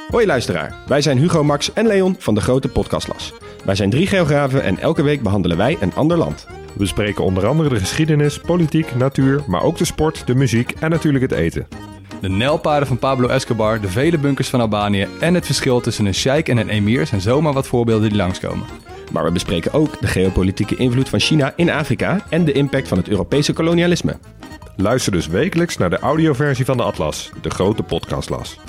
Hoi luisteraar, wij zijn Hugo, Max en Leon van de Grote Podcastlas. Wij zijn 3 geografen en elke week behandelen wij een ander land. We bespreken onder andere de geschiedenis, politiek, natuur, maar ook de sport, de muziek en natuurlijk het eten. De nijlpaarden van Pablo Escobar, de vele bunkers van Albanië en het verschil tussen een sheik en een emir zijn zomaar wat voorbeelden die langskomen. Maar we bespreken ook de geopolitieke invloed van China in Afrika en de impact van het Europese kolonialisme. Luister dus wekelijks naar de audioversie van de Atlas, de Grote Podcastlas.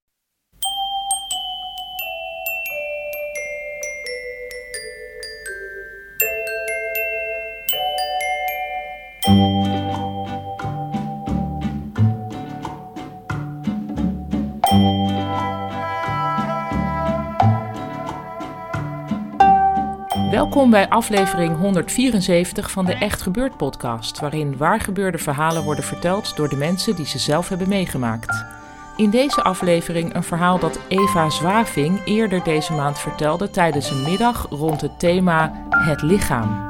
Welkom bij aflevering 174 van de Echt Gebeurd podcast, waarin waargebeurde verhalen worden verteld door de mensen die ze zelf hebben meegemaakt. In deze aflevering een verhaal dat Eva Zwaving eerder deze maand vertelde tijdens een middag rond het thema het lichaam.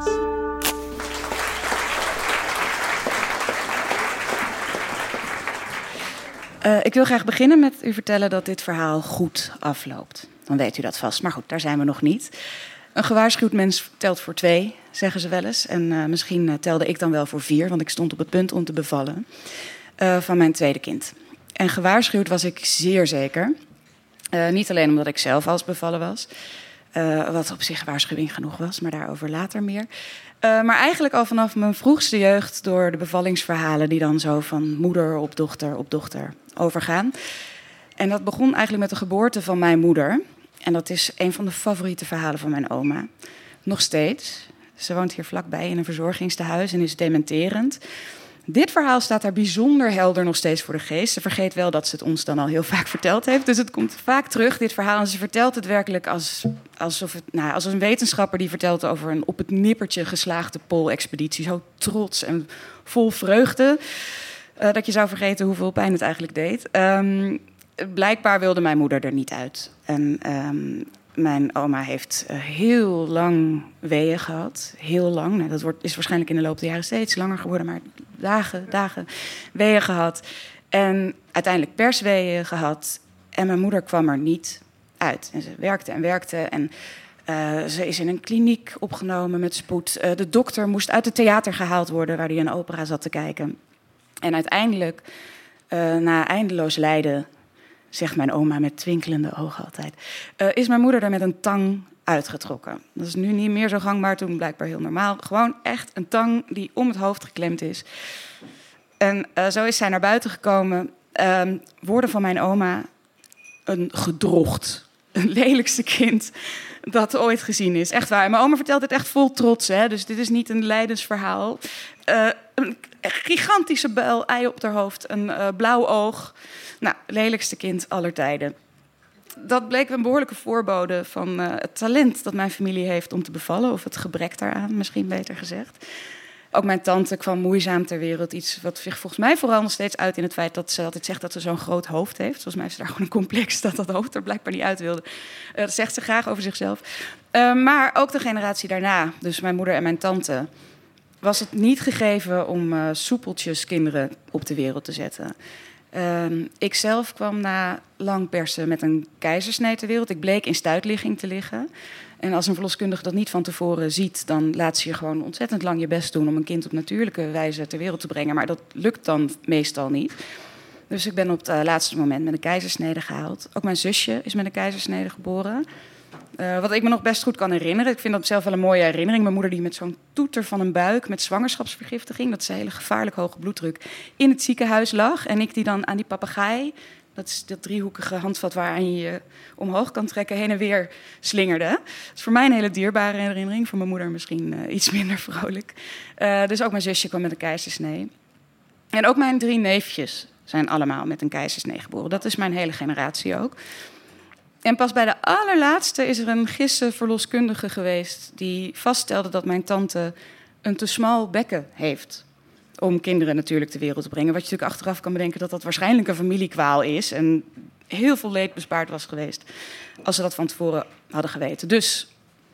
Ik wil graag beginnen met u vertellen dat dit verhaal goed afloopt. Dan weet u dat vast, maar goed, daar zijn we nog niet. Een gewaarschuwd mens telt voor 2, zeggen ze wel eens. En misschien telde ik dan wel voor 4, want ik stond op het punt om te bevallen van mijn tweede kind. En gewaarschuwd was ik zeer zeker. Niet alleen omdat ik zelf als bevallen was, wat op zich waarschuwing genoeg was, maar daarover later meer. Maar eigenlijk al vanaf mijn vroegste jeugd door de bevallingsverhalen die dan zo van moeder op dochter overgaan. En dat begon eigenlijk met de geboorte van mijn moeder. En dat is een van de favoriete verhalen van mijn oma. Nog steeds. Ze woont hier vlakbij in een verzorgingstehuis en is dementerend. Dit verhaal staat haar bijzonder helder nog steeds voor de geest. Ze vergeet wel dat ze het ons dan al heel vaak verteld heeft. Dus het komt vaak terug, dit verhaal. En ze vertelt het werkelijk als een wetenschapper die vertelt over een op het nippertje geslaagde poolexpeditie. Zo trots en vol vreugde dat je zou vergeten hoeveel pijn het eigenlijk deed. Blijkbaar wilde mijn moeder er niet uit. En mijn oma heeft heel lang weeën gehad. Heel lang. Nou, dat is waarschijnlijk in de loop der jaren steeds langer geworden. Maar dagen weeën gehad. En uiteindelijk persweeën gehad. En mijn moeder kwam er niet uit. En ze werkte en werkte. En ze is in een kliniek opgenomen met spoed. De dokter moest uit het theater gehaald worden waar hij een opera zat te kijken. En uiteindelijk, na eindeloos lijden, zegt mijn oma met twinkelende ogen altijd, is mijn moeder er met een tang uitgetrokken. Dat is nu niet meer zo gangbaar, toen blijkbaar heel normaal. Gewoon echt een tang die om het hoofd geklemd is. En zo is zij naar buiten gekomen. Woorden van mijn oma, een gedrocht, een lelijkste kind dat ooit gezien is. Echt waar. En mijn oma vertelt het echt vol trots, hè? Dus dit is niet een lijdensverhaal. Een gigantische buil, ei op haar hoofd, een blauw oog. Nou, lelijkste kind aller tijden. Dat bleek een behoorlijke voorbode van het talent dat mijn familie heeft om te bevallen. Of het gebrek daaraan, misschien beter gezegd. Ook mijn tante kwam moeizaam ter wereld. Iets wat zich volgens mij vooral nog steeds uit in het feit dat ze altijd zegt dat ze zo'n groot hoofd heeft. Volgens mij heeft ze daar gewoon een complex dat hoofd er blijkbaar niet uit wilde. Dat zegt ze graag over zichzelf. Maar ook de generatie daarna, dus mijn moeder en mijn tante, was het niet gegeven om soepeltjes kinderen op de wereld te zetten. Ik zelf kwam na lang persen met een keizersnee ter wereld. Ik bleek in stuitligging te liggen. En als een verloskundige dat niet van tevoren ziet, dan laat ze je gewoon ontzettend lang je best doen om een kind op natuurlijke wijze ter wereld te brengen. Maar dat lukt dan meestal niet. Dus ik ben op het laatste moment met een keizersnede gehaald. Ook mijn zusje is met een keizersnede geboren. Wat ik me nog best goed kan herinneren. Ik vind dat zelf wel een mooie herinnering. Mijn moeder die met zo'n toeter van een buik met zwangerschapsvergiftiging, dat is een hele gevaarlijk hoge bloeddruk, in het ziekenhuis lag. En ik die dan aan die papegaai, dat is dat driehoekige handvat waaraan je je omhoog kan trekken, heen en weer slingerde. Dat is voor mij een hele dierbare herinnering. Voor mijn moeder misschien iets minder vrolijk. Dus ook mijn zusje kwam met een keizersnee. En ook mijn 3 neefjes zijn allemaal met een keizersnee geboren. Dat is mijn hele generatie ook. En pas bij de allerlaatste is er een verloskundige geweest die vaststelde dat mijn tante een te smal bekken heeft om kinderen natuurlijk ter wereld te brengen. Wat je natuurlijk achteraf kan bedenken dat dat waarschijnlijk een familiekwaal is en heel veel leed bespaard was geweest als ze dat van tevoren hadden geweten. Dus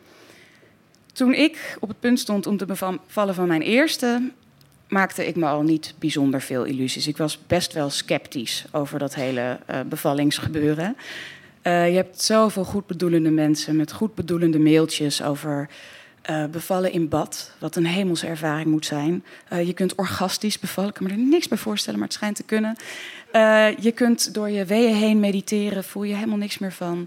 toen ik op het punt stond om te bevallen van mijn eerste, maakte ik me al niet bijzonder veel illusies. Ik was best wel sceptisch over dat hele bevallingsgebeuren. Je hebt zoveel goedbedoelende mensen met goedbedoelende mailtjes over bevallen in bad, wat een hemelse ervaring moet zijn. Je kunt orgastisch bevallen, ik kan me er niks bij voorstellen, maar het schijnt te kunnen. Je kunt door je weeën heen mediteren, voel je helemaal niks meer van.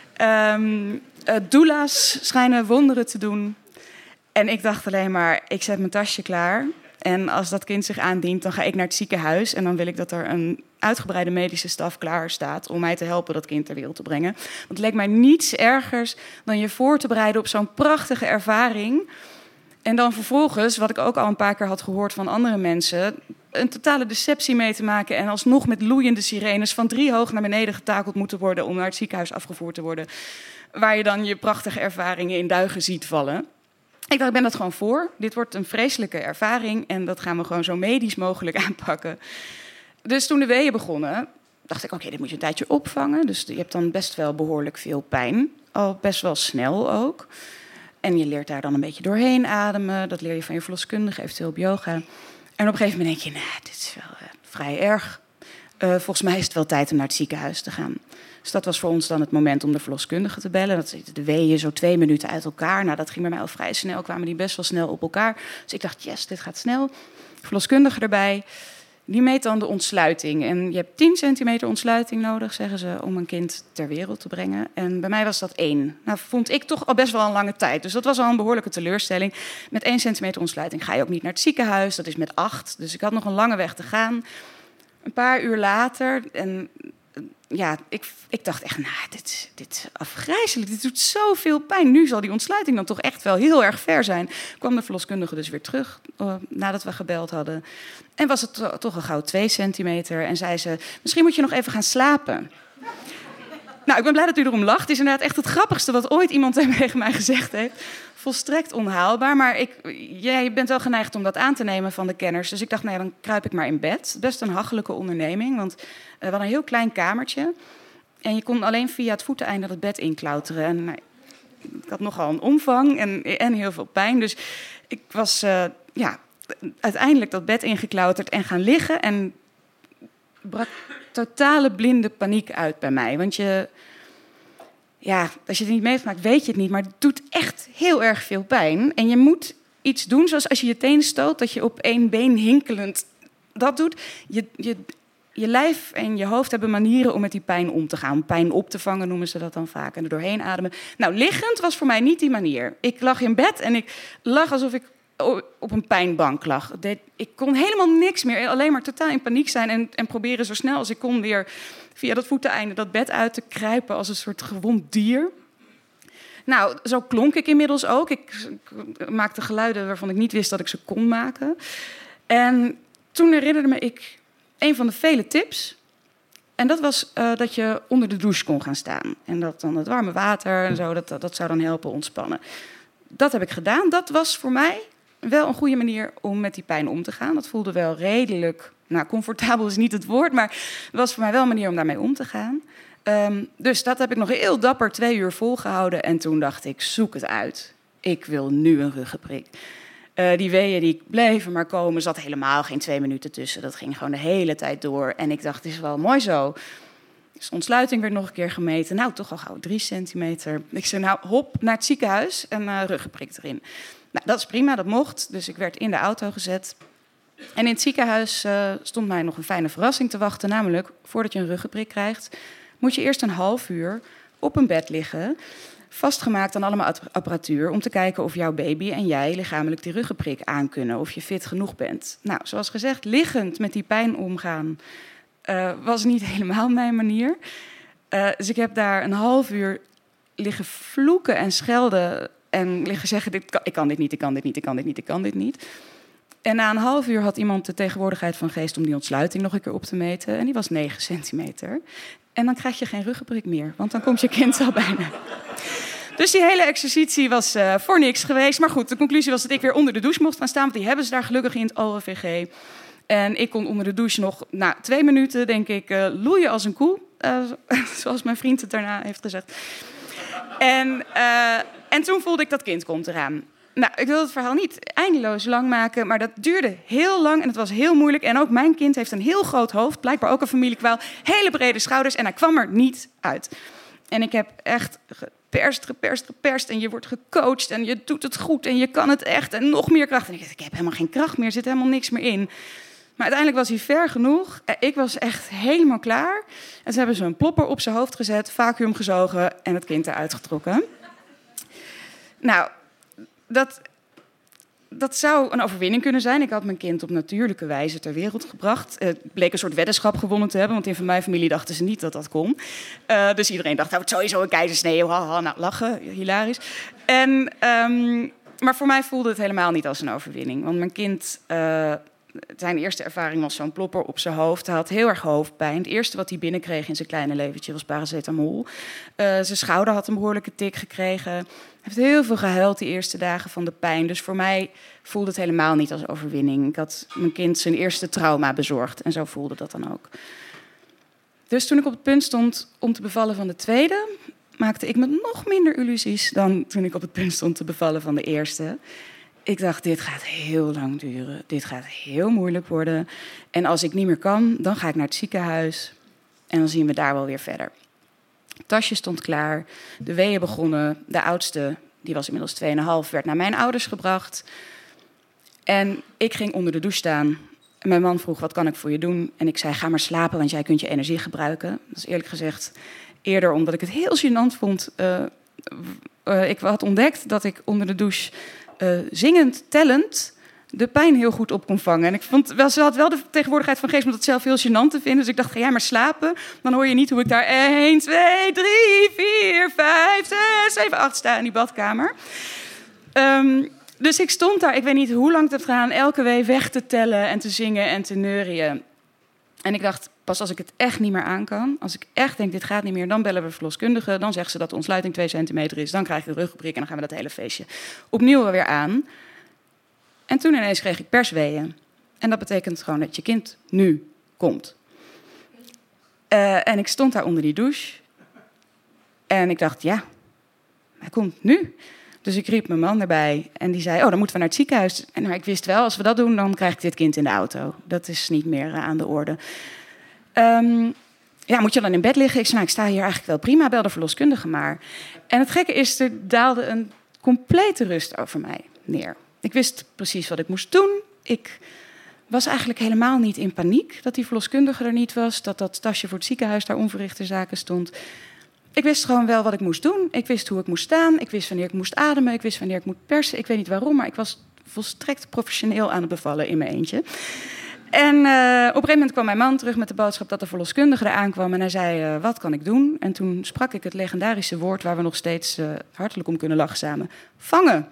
Doula's schijnen wonderen te doen. En ik dacht alleen maar, ik zet mijn tasje klaar. En als dat kind zich aandient, dan ga ik naar het ziekenhuis. En dan wil ik dat er een uitgebreide medische staf klaar staat om mij te helpen dat kind ter wereld te brengen. Want het leek mij niets ergers dan je voor te bereiden op zo'n prachtige ervaring. En dan vervolgens, wat ik ook al een paar keer had gehoord van andere mensen, een totale deceptie mee te maken en alsnog met loeiende sirenes van 3 hoog naar beneden getakeld moeten worden om naar het ziekenhuis afgevoerd te worden. Waar je dan je prachtige ervaringen in duigen ziet vallen. Ik dacht, ik ben dat gewoon voor. Dit wordt een vreselijke ervaring en dat gaan we gewoon zo medisch mogelijk aanpakken. Dus toen de weeën begonnen, dacht ik, oké, dit moet je een tijdje opvangen. Dus je hebt dan best wel behoorlijk veel pijn. Al best wel snel ook. En je leert daar dan een beetje doorheen ademen. Dat leer je van je verloskundige, eventueel op yoga. En op een gegeven moment denk je, dit is wel vrij erg. Volgens mij is het wel tijd om naar het ziekenhuis te gaan. Dus dat was voor ons dan het moment om de verloskundige te bellen. Dat zitten de weeën zo 2 minuten uit elkaar. Nou, dat ging bij mij al vrij snel. Kwamen die best wel snel op elkaar. Dus ik dacht, yes, dit gaat snel. Verloskundige erbij. Die meet dan de ontsluiting. En je hebt 10 centimeter ontsluiting nodig, zeggen ze, om een kind ter wereld te brengen. En bij mij was dat 1. Nou, vond ik toch al best wel een lange tijd. Dus dat was al een behoorlijke teleurstelling. Met 1 centimeter ontsluiting ga je ook niet naar het ziekenhuis. Dat is met 8. Dus ik had nog een lange weg te gaan. Een paar uur later, en ja, ik dacht echt, dit is afgrijzelijk. Dit doet zoveel pijn. Nu zal die ontsluiting dan toch echt wel heel erg ver zijn. Kwam de verloskundige dus weer terug, nadat we gebeld hadden. En was het toch al gauw 2 centimeter. En zei ze, misschien moet je nog even gaan slapen. Nou, ik ben blij dat u erom lacht. Het is inderdaad echt het grappigste wat ooit iemand tegen mij gezegd heeft. Volstrekt onhaalbaar, maar jij bent wel geneigd om dat aan te nemen van de kenners. Dus ik dacht, dan kruip ik maar in bed. Best een hachelijke onderneming, want we hadden een heel klein kamertje. En je kon alleen via het voeteneinde het bed inklauteren. En ik had nogal een omvang en heel veel pijn. Dus ik was uiteindelijk dat bed ingeklauterd en gaan liggen. En brak totale blinde paniek uit bij mij. Want als je het niet meemaakt, weet je het niet. Maar het doet echt heel erg veel pijn. En je moet iets doen, zoals als je je teen stoot, dat je op 1 been hinkelend dat doet. Je lijf en je hoofd hebben manieren om met die pijn om te gaan. Pijn op te vangen noemen ze dat dan vaak. En er doorheen ademen. Nou, liggend was voor mij niet die manier. Ik lag in bed en ik lag alsof ik op een pijnbank lag. Ik kon helemaal niks meer. Alleen maar totaal in paniek zijn en proberen zo snel als ik kon weer via dat voeteneinde dat bed uit te kruipen als een soort gewond dier. Nou, zo klonk ik inmiddels ook. Ik maakte geluiden waarvan ik niet wist dat ik ze kon maken. En toen herinnerde ik een van de vele tips. En dat was dat je onder de douche kon gaan staan. En dat dan het warme water en zo, dat zou dan helpen ontspannen. Dat heb ik gedaan. Dat was voor mij wel een goede manier om met die pijn om te gaan. Dat voelde wel redelijk, comfortabel is niet het woord, maar het was voor mij wel een manier om daarmee om te gaan. Dus dat heb ik nog heel dapper 2 uur volgehouden. En toen dacht ik, zoek het uit. Ik wil nu een ruggenprik. Die weeën die bleven maar komen, zat helemaal geen 2 minuten tussen. Dat ging gewoon de hele tijd door. En ik dacht, het is wel mooi zo. Dus de ontsluiting werd nog een keer gemeten. Nou, toch al gauw 3 centimeter. Ik zei, hop, naar het ziekenhuis en ruggenprik erin. Nou, dat is prima, dat mocht. Dus ik werd in de auto gezet. En in het ziekenhuis stond mij nog een fijne verrassing te wachten. Namelijk, voordat je een ruggenprik krijgt, moet je eerst een half uur op een bed liggen, vastgemaakt aan allemaal apparatuur, om te kijken of jouw baby en jij lichamelijk die ruggenprik aankunnen, of je fit genoeg bent. Nou, zoals gezegd, liggend met die pijn omgaan was niet helemaal mijn manier. Dus ik heb daar een half uur liggen vloeken en schelden en liggen zeggen, ik kan dit niet, ik kan dit niet, ik kan dit niet, ik kan dit niet. En na een half uur had iemand de tegenwoordigheid van geest om die ontsluiting nog een keer op te meten. En die was 9 centimeter. En dan krijg je geen ruggenprik meer, want dan komt je kind al bijna. Dus die hele exercitie was voor niks geweest. Maar goed, de conclusie was dat ik weer onder de douche mocht gaan staan, want die hebben ze daar gelukkig in het OLVG. En ik kon onder de douche nog, 2 minuten, denk ik, loeien als een koe. Zoals mijn vriend het daarna heeft gezegd. En toen voelde ik dat kind komt eraan. Nou, ik wil het verhaal niet eindeloos lang maken, maar dat duurde heel lang en het was heel moeilijk. En ook mijn kind heeft een heel groot hoofd, blijkbaar ook een familiekwaal, hele brede schouders en hij kwam er niet uit. En ik heb echt geperst en je wordt gecoacht en je doet het goed en je kan het echt en nog meer kracht. En ik dacht, ik heb helemaal geen kracht meer, er zit helemaal niks meer in. Maar uiteindelijk was hij ver genoeg. Ik was echt helemaal klaar. En ze hebben zo'n plopper op zijn hoofd gezet, vacuüm gezogen en het kind eruit getrokken. Nou, dat zou een overwinning kunnen zijn. Ik had mijn kind op natuurlijke wijze ter wereld gebracht. Het bleek een soort weddenschap gewonnen te hebben, want in mijn familie dachten ze niet dat dat kon. Dus iedereen dacht, het sowieso een keizersnee. Nou, lachen, hilarisch. Maar voor mij voelde het helemaal niet als een overwinning. Want mijn kind, zijn eerste ervaring was zo'n plopper op zijn hoofd. Hij had heel erg hoofdpijn. Het eerste wat hij binnenkreeg in zijn kleine leventje was paracetamol. Zijn schouder had een behoorlijke tik gekregen. Hij heeft heel veel gehuild die eerste dagen van de pijn. Dus voor mij voelde het helemaal niet als overwinning. Ik had mijn kind zijn eerste trauma bezorgd. En zo voelde dat dan ook. Dus toen ik op het punt stond om te bevallen van de tweede, maakte ik me nog minder illusies dan toen ik op het punt stond te bevallen van de eerste. Ik dacht, dit gaat heel lang duren. Dit gaat heel moeilijk worden. En als ik niet meer kan, dan ga ik naar het ziekenhuis. En dan zien we daar wel weer verder. Het tasje stond klaar. De weeën begonnen. De oudste, die was inmiddels 2,5, werd naar mijn ouders gebracht. En ik ging onder de douche staan. En mijn man vroeg, wat kan ik voor je doen? En ik zei, ga maar slapen, want jij kunt je energie gebruiken. Dat is eerlijk gezegd eerder omdat ik het heel gênant vond. Ik had ontdekt dat ik onder de douche zingend, tellend, de pijn heel goed op kon vangen. En ik vond, ze had wel de tegenwoordigheid van geest om dat zelf heel gênant te vinden. Dus ik dacht, ga jij maar slapen. Dan hoor je niet hoe ik daar 1, 2, 3, 4, 5, 6, 7, 8 sta in die badkamer. Dus ik stond daar, ik weet niet hoe lang het heb gedaan, elke week weg te tellen en te zingen en te neurien. En ik dacht, pas als ik het echt niet meer aan kan, als ik echt denk, dit gaat niet meer, dan bellen we verloskundige. Dan zegt ze dat de ontsluiting 2 centimeter is. Dan krijg ik de ruggenprik en dan gaan we dat hele feestje opnieuw weer aan. En toen ineens kreeg ik persweeën. En dat betekent gewoon dat je kind nu komt. En ik stond daar onder die douche. En ik dacht, ja, hij komt nu. Dus ik riep mijn man erbij en die zei, dan moeten we naar het ziekenhuis. En ik wist wel, als we dat doen, dan krijg ik dit kind in de auto. Dat is niet meer aan de orde. Moet je dan in bed liggen? Ik zei, ik sta hier eigenlijk wel prima, bel de verloskundige maar. En het gekke is, er daalde een complete rust over mij neer. Ik wist precies wat ik moest doen. Ik was eigenlijk helemaal niet in paniek dat die verloskundige er niet was, dat tasje voor het ziekenhuis daar onverrichte zaken stond. Ik wist gewoon wel wat ik moest doen. Ik wist hoe ik moest staan. Ik wist wanneer ik moest ademen. Ik wist wanneer ik moet persen. Ik weet niet waarom, maar ik was volstrekt professioneel aan het bevallen in mijn eentje. En op een gegeven moment kwam mijn man terug met de boodschap dat de verloskundige eraan kwam. En hij zei, wat kan ik doen? En toen sprak ik het legendarische woord waar we nog steeds hartelijk om kunnen lachen samen. Vangen.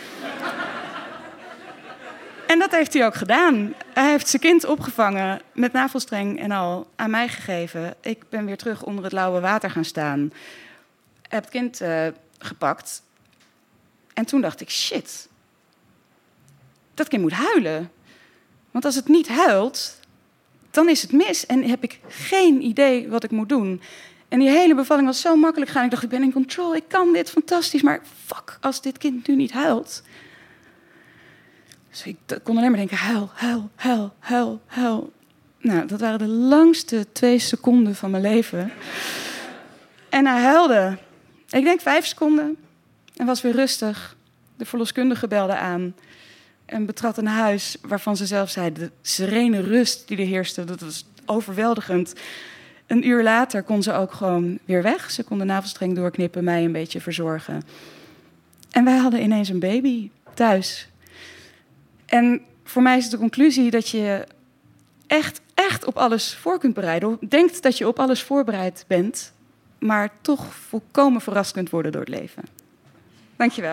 En dat heeft hij ook gedaan. Hij heeft zijn kind opgevangen met navelstreng en al aan mij gegeven. Ik ben weer terug onder het lauwe water gaan staan. Heb het kind gepakt. En toen dacht ik, shit. Dat kind moet huilen. Want als het niet huilt, dan is het mis. En heb ik geen idee wat ik moet doen. En die hele bevalling was zo makkelijk gaan. Ik dacht, ik ben in control, ik kan dit, fantastisch. Maar fuck, als dit kind nu niet huilt. Dus ik kon alleen maar denken, huil, huil, huil, huil, huil. Nou, dat waren de langste 2 seconden van mijn leven. En hij huilde. Ik denk 5 seconden. En was weer rustig. De verloskundige belde aan. En betrad een huis waarvan ze zelf zei, de serene rust die er heerste, dat was overweldigend. Een uur later kon ze ook gewoon weer weg. Ze kon de navelstreng doorknippen, mij een beetje verzorgen. En wij hadden ineens een baby thuis. En voor mij is het de conclusie dat je echt op alles voor kunt bereiden. Denkt dat je op alles voorbereid bent, maar toch volkomen verrast kunt worden door het leven. Dankjewel.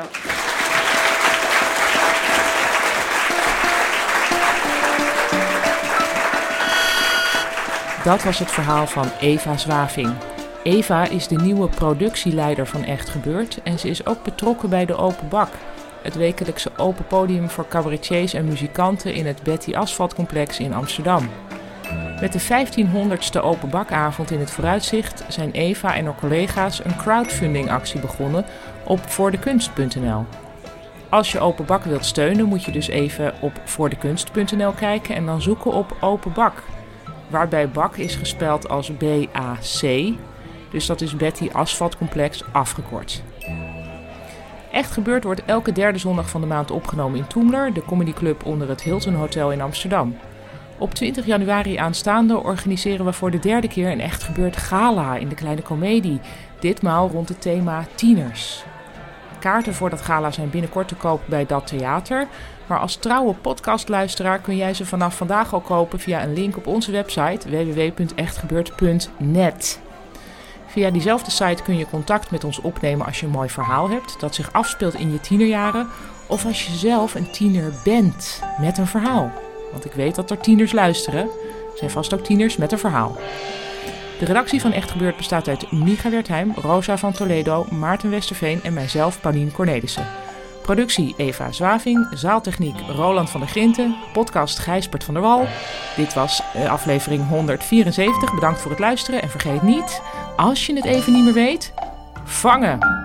Dat was het verhaal van Eva Zwaving. Eva is de nieuwe productieleider van Echt Gebeurd en ze is ook betrokken bij de Open Bak. Het wekelijkse open podium voor cabaretiers en muzikanten in het Betty Asphalt Complex in Amsterdam. Met de 1500ste Open Bakavond in het vooruitzicht zijn Eva en haar collega's een crowdfundingactie begonnen op voordekunst.nl. Als je Open Bak wilt steunen moet je dus even op voordekunst.nl kijken en dan zoeken op Open Bak. Waarbij bak is gespeld als B-A-C. Dus dat is Betty Asfaltcomplex afgekort. Echt Gebeurd wordt elke derde zondag van de maand opgenomen in Toemler, de comedyclub onder het Hilton Hotel in Amsterdam. Op 20 januari aanstaande organiseren we voor de derde keer een Echt Gebeurd gala in de Kleine Comedie. Ditmaal rond het thema tieners. Kaarten voor dat gala zijn binnenkort te koop bij Dat Theater. Maar als trouwe podcastluisteraar kun jij ze vanaf vandaag al kopen via een link op onze website www.echtgebeurd.net. Via diezelfde site kun je contact met ons opnemen als je een mooi verhaal hebt dat zich afspeelt in je tienerjaren. Of als je zelf een tiener bent met een verhaal. Want ik weet dat er tieners luisteren. Er zijn vast ook tieners met een verhaal. De redactie van Echt Gebeurd bestaat uit Micha Wertheim, Rosa van Toledo, Maarten Westerveen en mijzelf, Paulien Cornelissen. Productie Eva Zwaving, zaaltechniek Roland van der Grinten, podcast Gijsbert van der Wal. Dit was aflevering 174. Bedankt voor het luisteren en vergeet niet, als je het even niet meer weet, vangen!